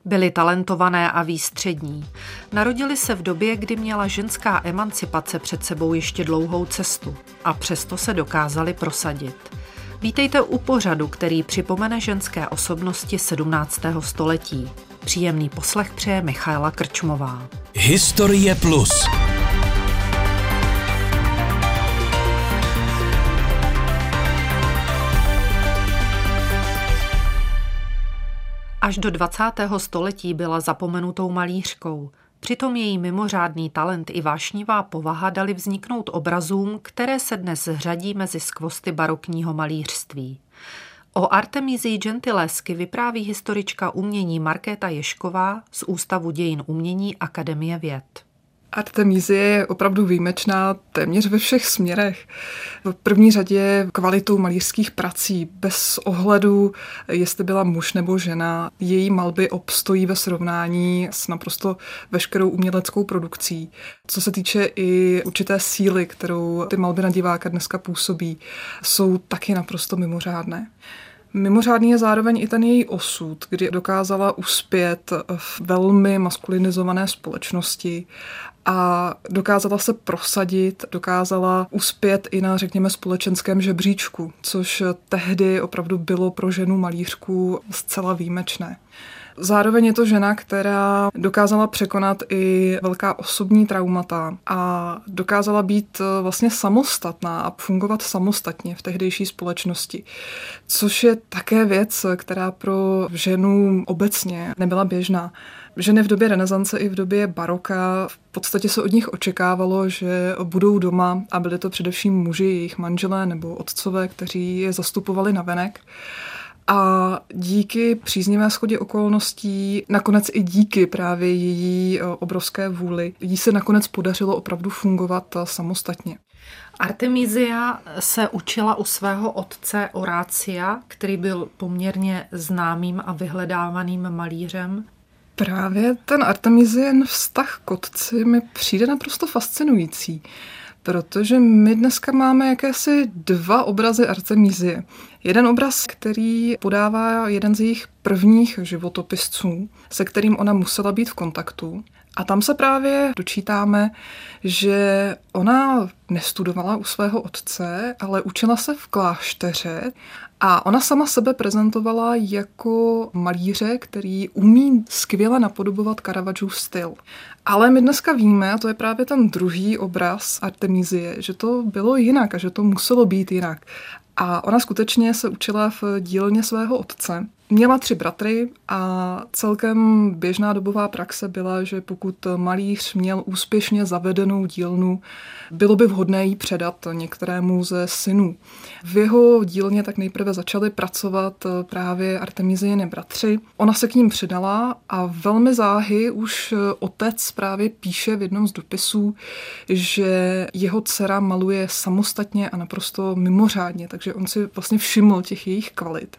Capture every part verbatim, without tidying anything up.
Byly talentované a výstřední. Narodili se v době, kdy měla ženská emancipace před sebou ještě dlouhou cestu a přesto se dokázali prosadit. Vítejte u pořadu, který připomene ženské osobnosti sedmnáctého století. Příjemný poslech přeje Michaela Krčmová. Historie plus. Až do dvacátého století byla zapomenutou malířkou. Přitom její mimořádný talent i vášnivá povaha dali vzniknout obrazům, které se dnes řadí mezi skvosty barokního malířství. O Artemizii Gentileschi vypráví historička umění Markéta Ježková z Ústavu dějin umění Akademie věd. Artemizie je opravdu výjimečná téměř ve všech směrech. V první řadě kvalitou malířských prací, bez ohledu, jestli byla muž nebo žena. Její malby obstojí ve srovnání s naprosto veškerou uměleckou produkcí. Co se týče i určité síly, kterou ty malby na diváka dneska působí, jsou taky naprosto mimořádné. Mimořádný je zároveň i ten její osud, kdy dokázala uspět v velmi maskulinizované společnosti a dokázala se prosadit, dokázala uspět i na, řekněme, společenském žebříčku, což tehdy opravdu bylo pro ženu malířku zcela výjimečné. Zároveň je to žena, která dokázala překonat i velká osobní traumata a dokázala být vlastně samostatná a fungovat samostatně v tehdejší společnosti, což je také věc, která pro ženu obecně nebyla běžná. Ženy v době renesance i v době baroka v podstatě se od nich očekávalo, že budou doma a byli to především muži, jejich manželé nebo otcové, kteří je zastupovali navenek. A díky příznivé shodě okolností, nakonec i díky právě její obrovské vůli, jí se nakonec podařilo opravdu fungovat samostatně. Artemizia se učila u svého otce Horácia, který byl poměrně známým a vyhledávaným malířem. Právě ten Artemizien vztah k otci mi přijde naprosto fascinující, protože my dneska máme jakési dva obrazy Artemizie. Jeden obraz, který podává jeden z jejich prvních životopisců, se kterým ona musela být v kontaktu. A tam se právě dočítáme, že ona nestudovala u svého otce, ale učila se v klášteře a ona sama sebe prezentovala jako malíře, který umí skvěle napodobovat Caravaggiův styl. Ale my dneska víme, a to je právě ten druhý obraz Artemizie, že to bylo jinak a že to muselo být jinak. A ona skutečně se učila v dílně svého otce. Měla tři bratry a celkem běžná dobová praxe byla, že pokud malíř měl úspěšně zavedenou dílnu, bylo by vhodné jí předat některému ze synů. V jeho dílně tak nejprve začali pracovat právě Artemiziiny bratři. Ona se k ním přidala a velmi záhy už otec právě píše v jednom z dopisů, že jeho dcera maluje samostatně a naprosto mimořádně, takže on si vlastně všiml těch jejich kvalit.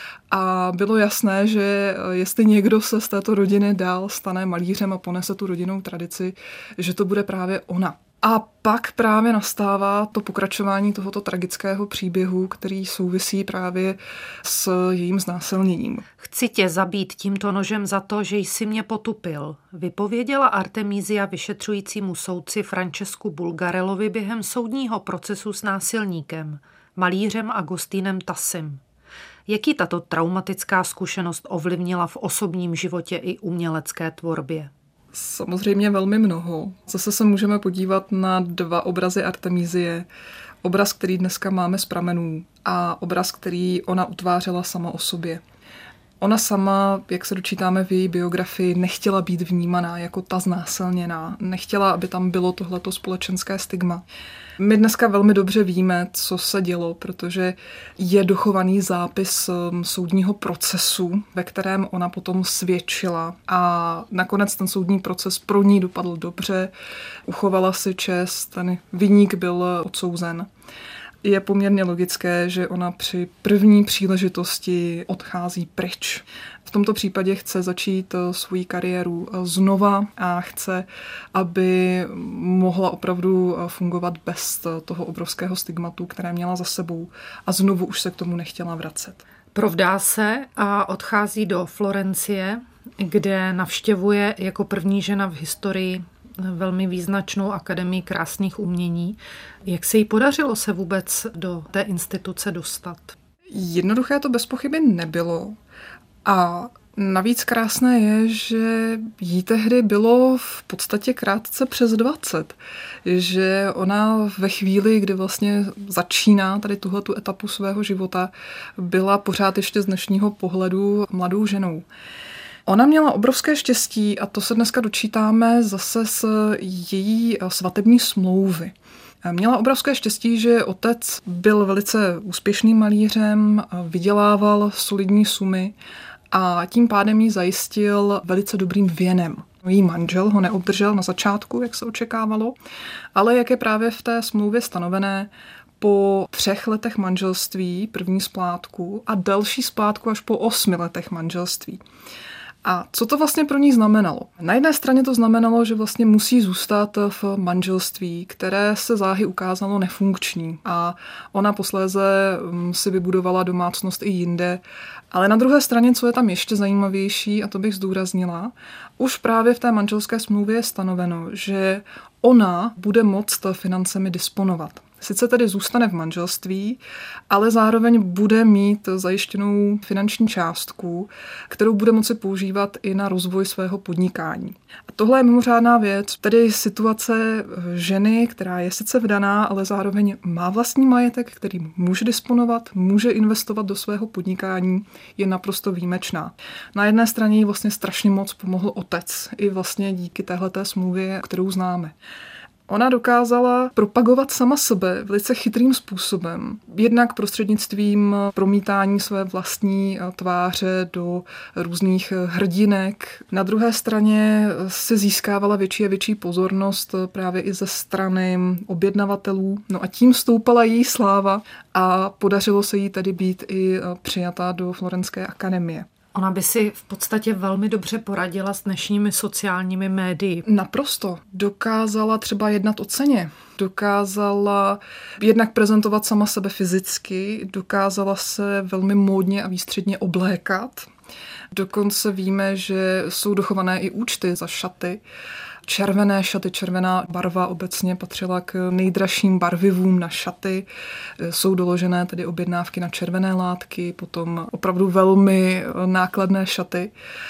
A bylo jasné, že jestli někdo se z této rodiny dál stane malířem a ponese tu rodinnou tradici, že to bude právě ona. A pak právě nastává to pokračování tohoto tragického příběhu, který souvisí právě s jejím znásilněním. Chci tě zabít tímto nožem za to, že jsi mě potupil, vypověděla Artemizia vyšetřujícímu soudci Francesku Bulgarelovi během soudního procesu s násilníkem, malířem Agustínem Tassim. Jak ji tato traumatická zkušenost ovlivnila v osobním životě i umělecké tvorbě? Samozřejmě velmi mnoho. Zase se můžeme podívat na dva obrazy Artemizie. Obraz, který dneska máme z pramenů a obraz, který ona utvářela sama o sobě. Ona sama, jak se dočítáme v její biografii, nechtěla být vnímaná jako ta znásilněná. Nechtěla, aby tam bylo tohleto společenské stigma. My dneska velmi dobře víme, co se dělo, protože je dochovaný zápis soudního procesu, ve kterém ona potom svědčila a nakonec ten soudní proces pro ní dopadl dobře, uchovala si čest, ten viník byl odsouzen. Je poměrně logické, že ona při první příležitosti odchází pryč. V tomto případě chce začít svou kariéru znova a chce, aby mohla opravdu fungovat bez toho obrovského stigmatu, které měla za sebou, a znovu už se k tomu nechtěla vracet. Provdá se a odchází do Florencie. kde navštěvuje jako první žena v historii velmi význačnou akademii krásných umění. Jak se jí podařilo se vůbec do té instituce dostat? Jednoduché to bez pochyby nebylo. A navíc krásné je, že jí tehdy bylo v podstatě krátce přes dvacet. Že ona ve chvíli, kdy vlastně začíná tady tuhletu etapu svého života, byla pořád ještě z dnešního pohledu mladou ženou. Ona měla obrovské štěstí a to se dneska dočítáme zase z její svatební smlouvy. Měla obrovské štěstí, že otec byl velice úspěšným malířem, vydělával solidní sumy a tím pádem jí zajistil velice dobrým věnem. Její manžel ho neobdržel na začátku, jak se očekávalo, ale jak je právě v té smlouvě stanovené, po třech letech manželství první splátku a další splátku až po osmi letech manželství. A co to vlastně pro ní znamenalo? Na jedné straně to znamenalo, že vlastně musí zůstat v manželství, které se záhy ukázalo nefunkční a ona posléze si vybudovala domácnost i jinde. Ale na druhé straně, co je tam ještě zajímavější, a to bych zdůraznila, už právě v té manželské smlouvě je stanoveno, že ona bude moct financemi disponovat. Sice tedy zůstane v manželství, ale zároveň bude mít zajištěnou finanční částku, kterou bude moci používat i na rozvoj svého podnikání. A tohle je mimořádná věc, tedy situace ženy, která je sice vdaná, ale zároveň má vlastní majetek, který může disponovat, může investovat do svého podnikání, je naprosto výjimečná. Na jedné straně jí vlastně strašně moc pomohl otec, i vlastně díky téhleté smlouvě, kterou známe. Ona dokázala propagovat sama sebe velice chytrým způsobem. Jednak prostřednictvím promítání své vlastní tváře do různých hrdinek. Na druhé straně se získávala větší a větší pozornost právě i ze strany objednavatelů. No a tím stoupala její sláva a podařilo se jí tedy být i přijatá do Florenské akademie. Ona by si v podstatě velmi dobře poradila s dnešními sociálními médii. Naprosto. Dokázala třeba jednat o ceně. Dokázala jednak prezentovat sama sebe fyzicky, dokázala se velmi módně a výstředně oblékat. Dokonce víme, že jsou dochované i účty za šaty. Červené šaty, červená barva obecně patřila k nejdražším barvivům na šaty. Jsou doložené tedy objednávky na červené látky, potom opravdu velmi nákladné šaty.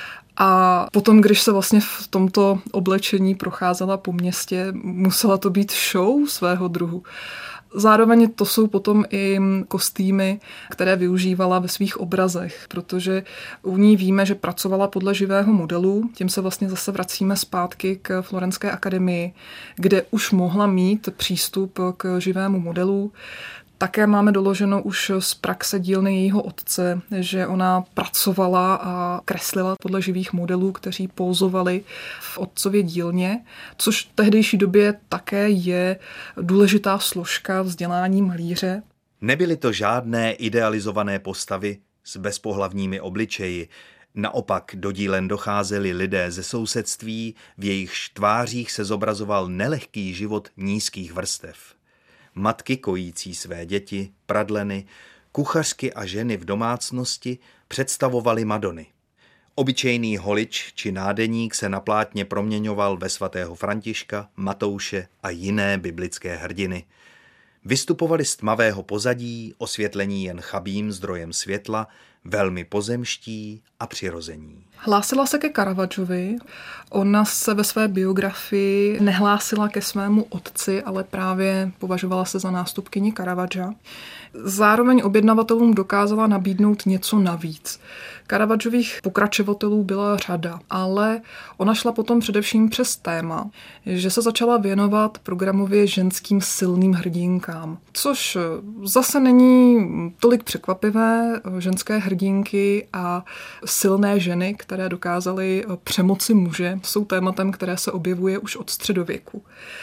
A potom, když se vlastně v tomto oblečení procházela po městě, musela to být show svého druhu. Zároveň to jsou potom i kostýmy, které využívala ve svých obrazech, protože u ní víme, že pracovala podle živého modelu. Tím se vlastně zase vracíme zpátky k Florenské akademii, kde už mohla mít přístup k živému modelu. Také máme doloženo už z praxe dílny jejího otce, že ona pracovala a kreslila podle živých modelů, kteří pózovali v otcově dílně, což v tehdejší době také je důležitá složka vzdělání malíře. Nebyly to žádné idealizované postavy s bezpohlavními obličeji. Naopak do dílen docházeli lidé ze sousedství, v jejichž tvářích se zobrazoval nelehký život nízkých vrstev. Matky kojící své děti, pradleny, kuchařky a ženy v domácnosti představovaly Madony. Obyčejný holič či nádeník se na plátně proměňoval ve svatého Františka, Matouše a jiné biblické hrdiny. Vystupovali z tmavého pozadí, osvětlení jen chabým zdrojem světla, velmi pozemští a přirození. Hlásila se ke Caravaggiovi. Ona se ve své biografii nehlásila ke svému otci, ale právě považovala se za nástupkyni Caravaggia. Zároveň objednavatelům dokázala nabídnout něco navíc. Caravaggiových pokračovatelů byla řada, ale ona šla potom především přes téma, že se začala věnovat programově ženským silným hrdinkám, což zase není tolik překvapivé. Ženské hrdinky a silné ženy, které dokázaly přemoci muže, jsou tématem, které se objevuje už od středověku.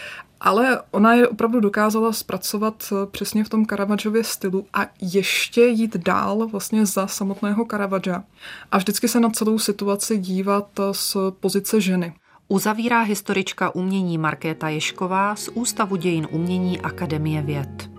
Ale ona je opravdu dokázala zpracovat přesně v tom Caravaggiově stylu a ještě jít dál vlastně za samotného Caravaggia. A vždycky se na celou situaci dívat z pozice ženy. Uzavírá historička umění Markéta Ježková z Ústavu dějin umění Akademie věd.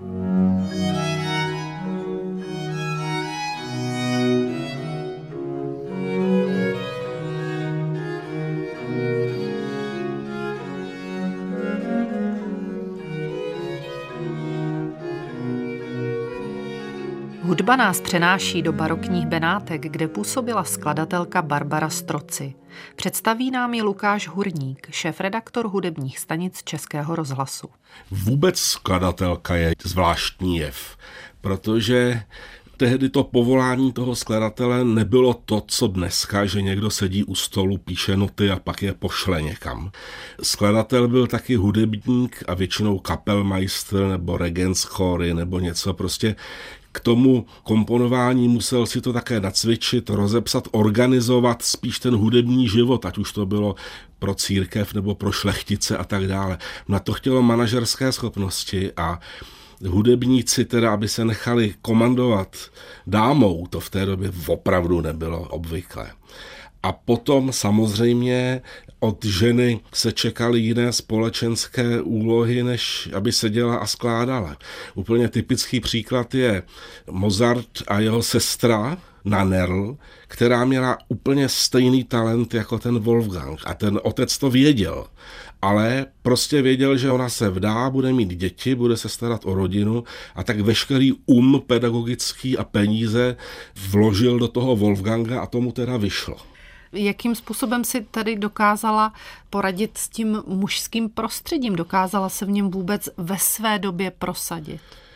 Hudba nás přenáší do barokních Benátek, kde působila skladatelka Barbara Stroci. Představí nám ji Lukáš Hurník, šéfredaktor hudebních stanic Českého rozhlasu. Vůbec skladatelka je zvláštní jev, protože tehdy to povolání toho skladatele nebylo to, co dneska, že někdo sedí u stolu, píše noty a pak je pošle někam. Skladatel byl taky hudebník a většinou kapelmeister nebo regenschory nebo něco prostě. K tomu komponování musel si to také nacvičit, rozepsat, organizovat spíš ten hudební život, ať už to bylo pro církev nebo pro šlechtice a tak dále. Na to chtělo manažerské schopnosti a hudebníci teda, aby se nechali komandovat dámou, to v té době opravdu nebylo obvyklé. A potom samozřejmě od ženy se čekaly jiné společenské úlohy, než aby seděla a skládala. Úplně typický příklad je Mozart a jeho sestra Nannerl, která měla úplně stejný talent jako ten Wolfgang. A ten otec to věděl, ale prostě věděl, že ona se vdá, bude mít děti, bude se starat o rodinu a tak veškerý um pedagogický a peníze vložil do toho Wolfganga a tomu teda vyšlo. Jakým způsobem si tady dokázala poradit s tím mužským prostředím? Dokázala se v něm vůbec ve své době prosadit?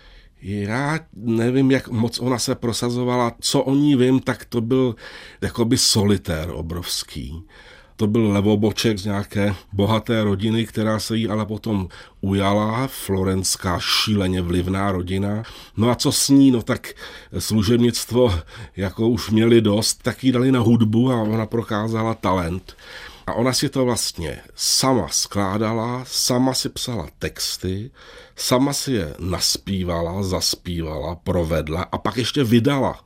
Já nevím, jak moc ona se prosazovala. Co o ní vím, tak to byl jakoby solitér obrovský. To byl levoboček z nějaké bohaté rodiny, která se jí ale potom ujala, florentská šíleně vlivná rodina. No a co s ní? No tak služebnictvo, jako už měli dost, tak jí dali na hudbu a ona prokázala talent. A ona si to vlastně sama skládala, sama si psala texty, sama si je naspívala, zaspívala, provedla a pak ještě vydala.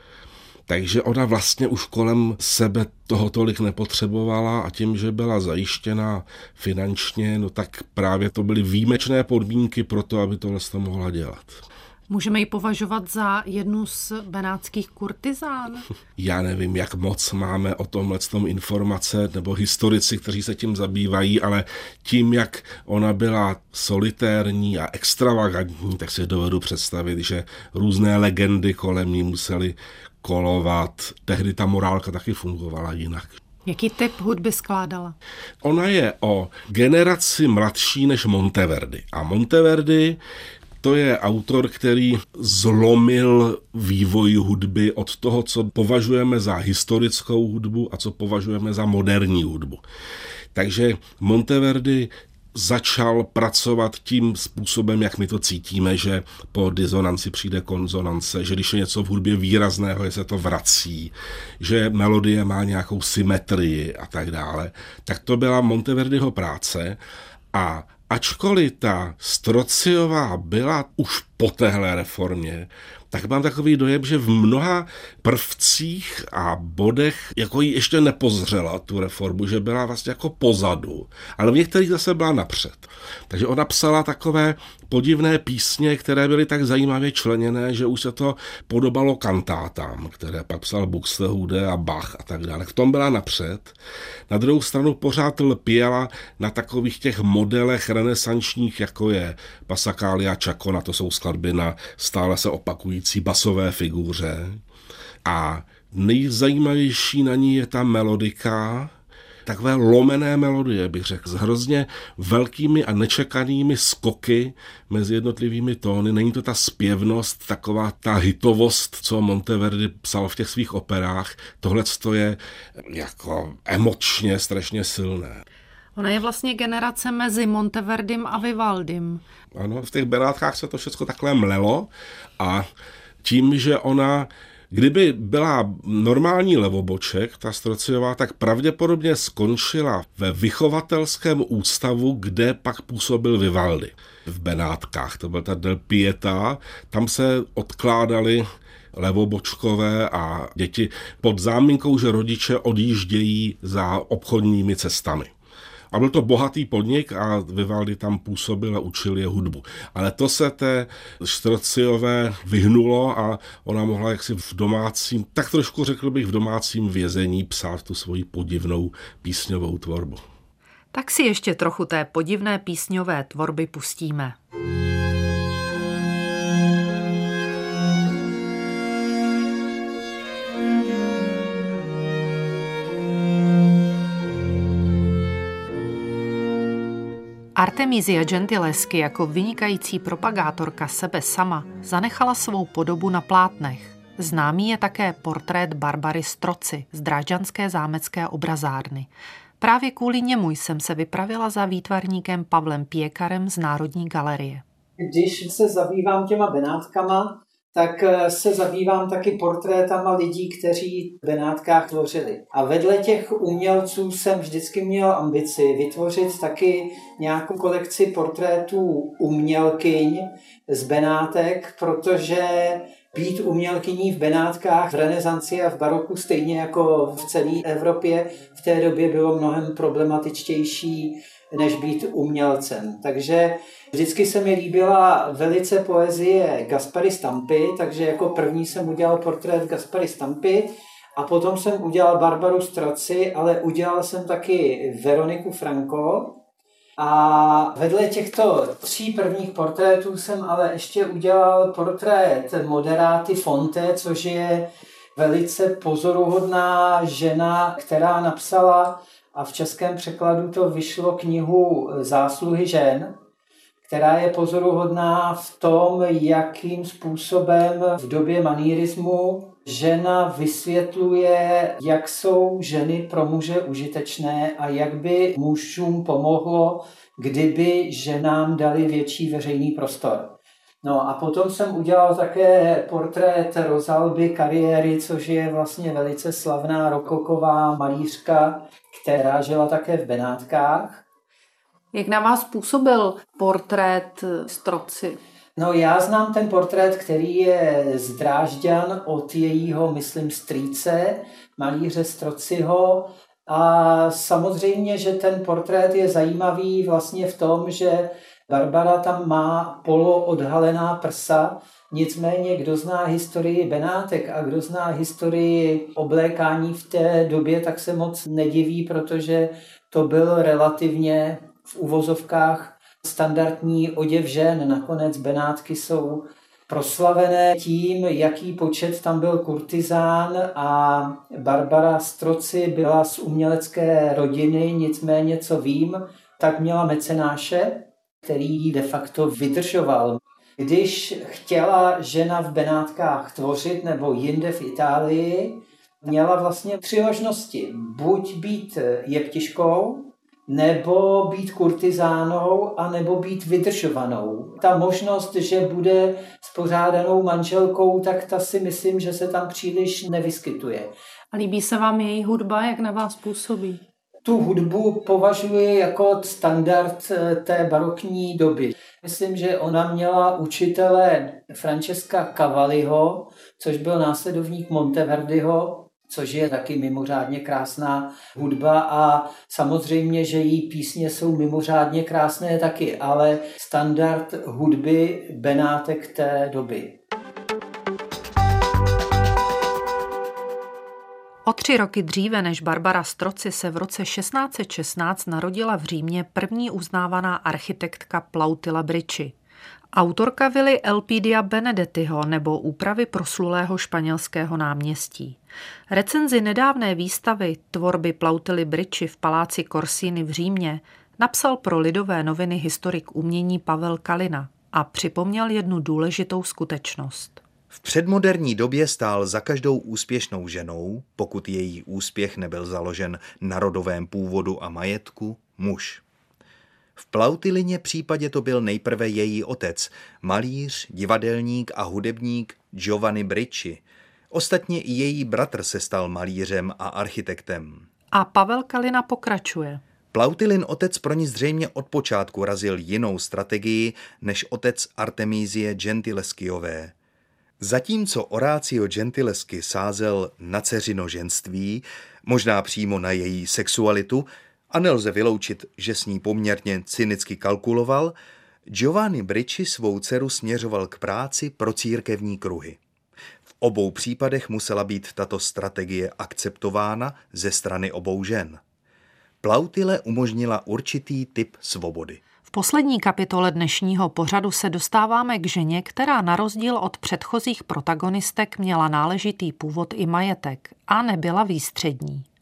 Takže ona vlastně už kolem sebe toho tolik nepotřebovala a tím, že byla zajištěná finančně, no tak právě to byly výjimečné podmínky pro to, aby tohle to mohla dělat. Můžeme ji považovat za jednu z benátských kurtizán? Já nevím, jak moc máme o tomhle tom informace, nebo historici, kteří se tím zabývají, ale tím, jak ona byla solitérní a extravagantní, tak si dovedu představit, že různé legendy kolem ní musely kolovat. Tehdy ta morálka taky fungovala jinak. Jaký typ hudby skládala? Ona je o generaci mladší než Monteverdi. A Monteverdi to je autor, který zlomil vývoj hudby od toho, co považujeme za historickou hudbu a co považujeme za moderní hudbu. Takže Monteverdi začal pracovat tím způsobem, jak my to cítíme, že po disonanci přijde konzonance, že když je něco v hudbě výrazného, že se to vrací, že melodie má nějakou symetrii a tak dále. Tak to byla Monteverdiho práce a ačkoliv ta Strociová byla už po téhle reformě, tak mám takový dojem, že v mnoha prvcích a bodech jako jí ještě nepozřela tu reformu, že byla vlastně jako pozadu, ale v některých zase byla napřed. Takže ona psala takové podivné písně, které byly tak zajímavě členěné, že už se to podobalo kantátám, které pak psal Buxtehude a Bach a tak dále. V tom byla napřed. Na druhou stranu pořád lpěla na takových těch modelech renesančních, jako je Passacaglia, Chacona, to jsou skladby na stále se opakující basové figuře. A nejzajímavější na ní je ta melodika, takové lomené melodie, bych řekl, s hrozně velkými a nečekanými skoky mezi jednotlivými tóny. Není to ta zpěvnost, taková ta hitovost, co Monteverdi psal v těch svých operách. Tohle je jako emočně strašně silné. Ona je vlastně generace mezi Monteverdim a Vivaldym. Ano, v těch Benátkách se to všechno takhle mlelo a tím, že ona kdyby byla normální levoboček, ta Strociová, tak pravděpodobně skončila ve vychovatelském ústavu, kde pak působil Vivaldi. V Benátkách, to byl ta Del Pieta, tam se odkládali levobočkové a děti pod záminkou, že rodiče odjíždějí za obchodními cestami. A byl to bohatý podnik a Vivaldi tam působil a učil je hudbu. Ale to se té Strociové vyhnulo a ona mohla jaksi v domácím, tak trošku řekl bych v domácím vězení psát tu svoji podivnou písňovou tvorbu. Tak si ještě trochu té podivné písňové tvorby pustíme. Artemisia Gentileschi jako vynikající propagátorka sebe sama zanechala svou podobu na plátnech. Známý je také portrét Barbary Stroci z drážďanské zámecké obrazárny. Právě kvůli němu jsem se vypravila za výtvarníkem Pavlem Pěkarem z Národní galerie. Když se zabývám těma Benátkama, tak se zabývám taky portrétama lidí, kteří v Benátkách tvořili. A vedle těch umělců jsem vždycky měl ambici vytvořit taky nějakou kolekci portrétů umělkyň z Benátek, protože být umělkyní v Benátkách v renesanci a v baroku stejně jako v celé Evropě v té době bylo mnohem problematičtější než být umělcem. Takže vždycky se mi líbila velice poezie Gaspary Stampy, takže jako první jsem udělal portrét Gaspary Stampy a potom jsem udělal Barbaru Stroci, ale udělal jsem taky Veroniku Franco. A vedle těchto tří prvních portrétů jsem ale ještě udělal portrét Moderáty Fonte, což je velice pozoruhodná žena, která napsala, a v českém překladu to vyšlo, knihu Zásluhy žen, která je pozoruhodná v tom, jakým způsobem v době manierismu žena vysvětluje, jak jsou ženy pro muže užitečné a jak by mužům pomohlo, kdyby ženám dali větší veřejný prostor. No a potom jsem udělal také portrét Rosalby Carriéry, což je vlastně velice slavná rokoková malířka, která žila také v Benátkách. Jak na vás působil portrét Stroci? No já znám ten portrét, který je z Drážďan od jejího, myslím, strýce, malíře Strociho. A samozřejmě, že ten portrét je zajímavý vlastně v tom, že Barbara tam má poloodhalená prsa, nicméně kdo zná historii Benátek a kdo zná historii oblékání v té době, tak se moc nediví, protože to byl relativně v uvozovkách standardní oděv žen. Nakonec Benátky jsou proslavené tím, jaký počet tam byl kurtizán a Barbara Stroci byla z umělecké rodiny, nicméně co vím, tak měla mecenáše, který ji de facto vydržoval. Když chtěla žena v Benátkách tvořit nebo jinde v Itálii, měla vlastně tři možnosti. Buď být jeptiškou, nebo být kurtizánou, a nebo být vydržovanou. Ta možnost, že bude spořádanou manželkou, tak ta si myslím, že se tam příliš nevyskytuje. A líbí se vám její hudba, jak na vás působí? Tu hudbu považuji jako standard té barokní doby. Myslím, že ona měla učitele Francesca Cavalliho, což byl následovník Monteverdiho, což je taky mimořádně krásná hudba, a samozřejmě, že její písně jsou mimořádně krásné taky, ale standard hudby Benátek té doby. O tři roky dříve než Barbara Stroci se v roce šestnáct set šestnáct narodila v Římě první uznávaná architektka Plautilla Bricci. Autorka vily Elpidia Benedettiho nebo úpravy proslulého španělského náměstí. Recenzi nedávné výstavy tvorby Plautilly Bricci v paláci Corsini v Římě napsal pro Lidové noviny historik umění Pavel Kalina a připomněl jednu důležitou skutečnost. V předmoderní době stál za každou úspěšnou ženou, pokud její úspěch nebyl založen na rodovém původu a majetku, muž. V Plautillině případě to byl nejprve její otec, malíř, divadelník a hudebník Giovanni Bricci. Ostatně i její bratr se stal malířem a architektem. A Pavel Kalina pokračuje. Plautillin otec pro ní zřejmě od počátku razil jinou strategii než otec Artemisie Gentileschiové. Zatímco Orazio Gentileschi sázel na dceřino ženství, možná přímo na její sexualitu, a nelze vyloučit, že s ní poměrně cynicky kalkuloval, Giovanni Bricci svou dceru směřoval k práci pro církevní kruhy. V obou případech musela být tato strategie akceptována ze strany obou žen. Plautille umožnila určitý typ svobody. V poslední kapitole dnešního pořadu se dostáváme k ženě, která na rozdíl od předchozích protagonistek měla náležitý původ i majetek a nebyla výstřední.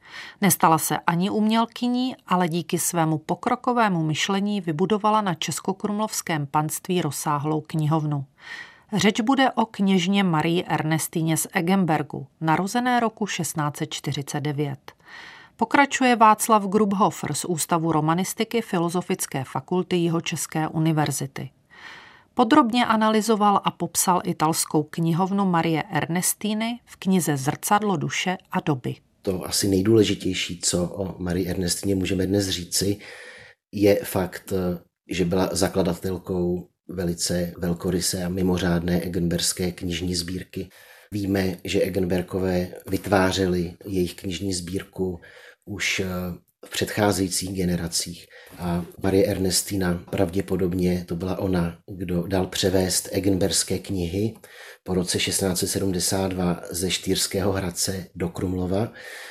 Nestala se ani umělkyní, ale díky svému pokrokovému myšlení vybudovala na Českokrumlovském panství rozsáhlou knihovnu. Řeč bude o kněžně Marii Ernestíně z Eggenbergu, narozené roku šestnáct set čtyřicet devět. Pokračuje Václav Grubhofer z Ústavu romanistiky Filozofické fakulty Jihočeské univerzity. Podrobně analyzoval a popsal italskou knihovnu Marie Ernestíny v knize Zrcadlo duše a doby. To asi nejdůležitější, co o Marii Ernestíně můžeme dnes říci, je fakt, že byla zakladatelkou velice velkorysé a mimořádné eggenberské knižní sbírky. Víme, že Eggenberkové vytvářeli jejich knižní sbírku už v předcházejících generacích a Marie Ernestína pravděpodobně to byla ona, kdo dal převést eggenberské knihy po roce šestnáct set sedmdesát dva ze Štýrského Hradce do Krumlova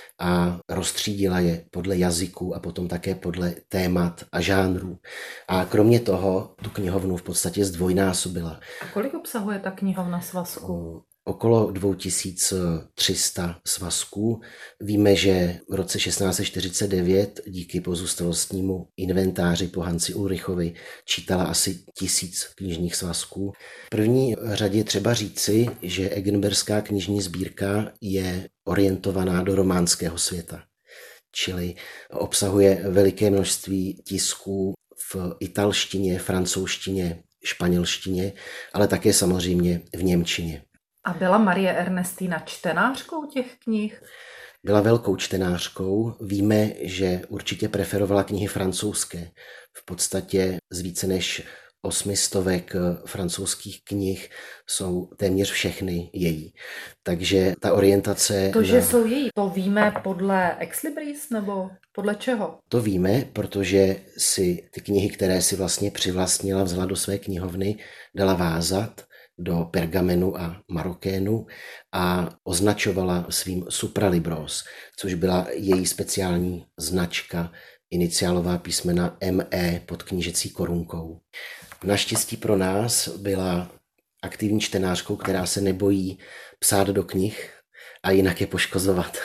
a rozstřídila je podle jazyků a potom také podle témat a žánrů. A kromě toho tu knihovnu v podstatě zdvojnásobila. A kolik obsahuje ta knihovna svazků? Okolo dva tisíce tři sta svazků. Víme, že v roce šestnáct set čtyřicet devět díky pozůstalostnímu inventáři po Hansi Ulrichovi čítala asi tisíc knižních svazků. V první řadě třeba říci, že eggenberská knižní sbírka je orientovaná do románského světa, čili obsahuje veliké množství tisků v italštině, francouzštině, španělštině, ale také samozřejmě v němčině. A byla Marie Ernestína čtenářkou těch knih? Byla velkou čtenářkou. Víme, že určitě preferovala knihy francouzské. V podstatě z více než osmi stovek francouzských knih jsou téměř všechny její. Takže ta orientace... To, na... že jsou její, to víme podle Ex Libris nebo podle čeho? To víme, protože si ty knihy, které si vlastně přivlastnila, vzala do své knihovny, dala vázat do pergamenu a marokénu a označovala svým supralibros, což byla její speciální značka, iniciálová písmena M E pod knížecí korunkou. Naštěstí pro nás byla aktivní čtenářkou, která se nebojí psát do knih a jinak je poškozovat.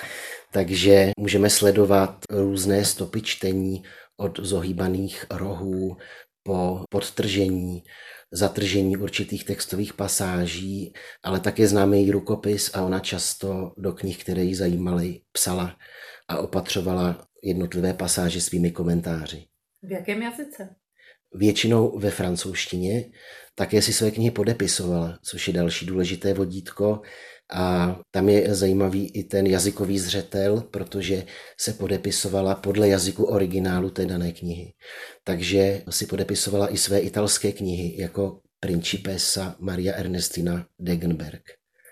Takže můžeme sledovat různé stopy čtení od zohýbaných rohů po podtržení, zatržení určitých textových pasáží, ale také známe její rukopis a ona často do knih, které ji zajímaly, psala a opatřovala jednotlivé pasáže svými komentáři. V jakém jazyce? Většinou ve francouzštině, také si své knihy podepisovala, což je další důležité vodítko. A tam je zajímavý i ten jazykový zřetel, protože se podepisovala podle jazyku originálu té dané knihy. Takže si podepisovala i své italské knihy jako Principessa Maria Ernestina d'Eggenberg.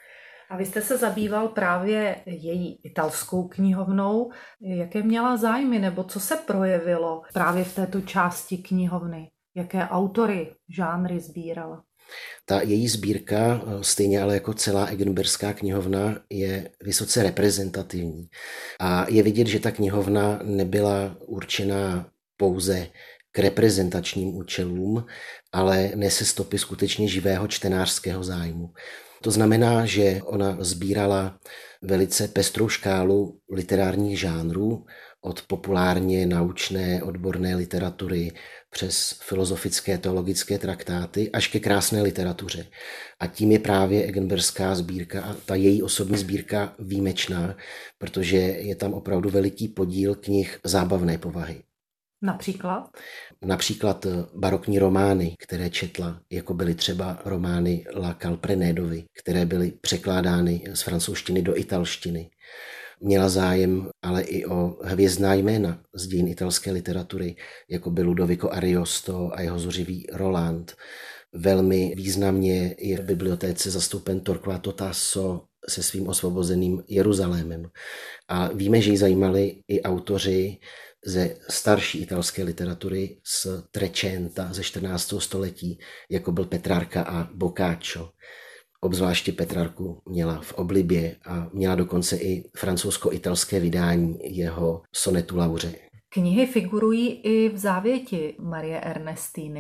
A vy jste se zabýval právě její italskou knihovnou. Jaké měla zájmy nebo co se projevilo právě v této části knihovny? Jaké autory, žánry sbírala? Ta její sbírka, stejně ale jako celá eggenberská knihovna, je vysoce reprezentativní. A je vidět, že ta knihovna nebyla určená pouze k reprezentačním účelům, ale nese stopy skutečně živého čtenářského zájmu. To znamená, že ona sbírala velice pestrou škálu literárních žánrů, od populárně naučné odborné literatury přes filozofické teologické traktáty až ke krásné literatuře. A tím je právě eggenberská sbírka a ta její osobní sbírka výjimečná, protože je tam opravdu veliký podíl knih zábavné povahy. Například? Například barokní romány, které četla, jako byly třeba romány La Calprenèdovy, které byly překládány z francouzštiny do italštiny. Měla zájem ale i o hvězdná jména z dějin italské literatury, jako byl Ludovico Ariosto a jeho zuřivý Roland. Velmi významně je v bibliotéce zastoupen Torquato Tasso se svým osvobozeným Jeruzalémem. A víme, že ji zajímali i autoři ze starší italské literatury z Trecenta ze čtrnáctého století, jako byl Petrarca a Boccaccio. Obzvláště Petrarku měla v oblibě a měla dokonce i francouzsko-italské vydání jeho sonetu Lauře. Knihy figurují i v závěti Marie Ernestíny.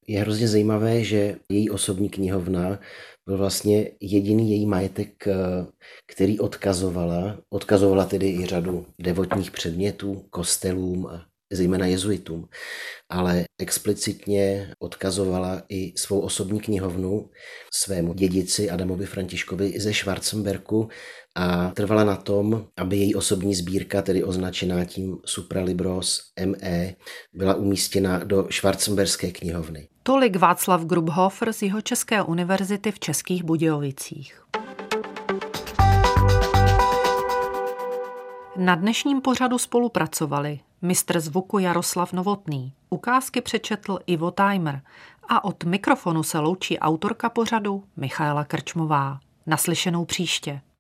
Je hrozně zajímavé, že její osobní knihovna byl vlastně jediný její majetek, který odkazovala. Odkazovala tedy i řadu devotních předmětů, kostelům a zejména jezuitům, ale explicitně odkazovala i svou osobní knihovnu svému dědici Adamovi Františkovi ze Schwarzenbergu a trvala na tom, aby její osobní sbírka, tedy označená tím Supralibros M E, byla umístěna do Schwarzenberské knihovny. Tolik Václav Grubhofer z Jihočeské univerzity v Českých Budějovicích. Na dnešním pořadu spolupracovali mistr zvuku Jaroslav Novotný, ukázky přečetl Ivo Tajmer a od mikrofonu se loučí autorka pořadu Michaela Krčmová. Naslyšenou příště.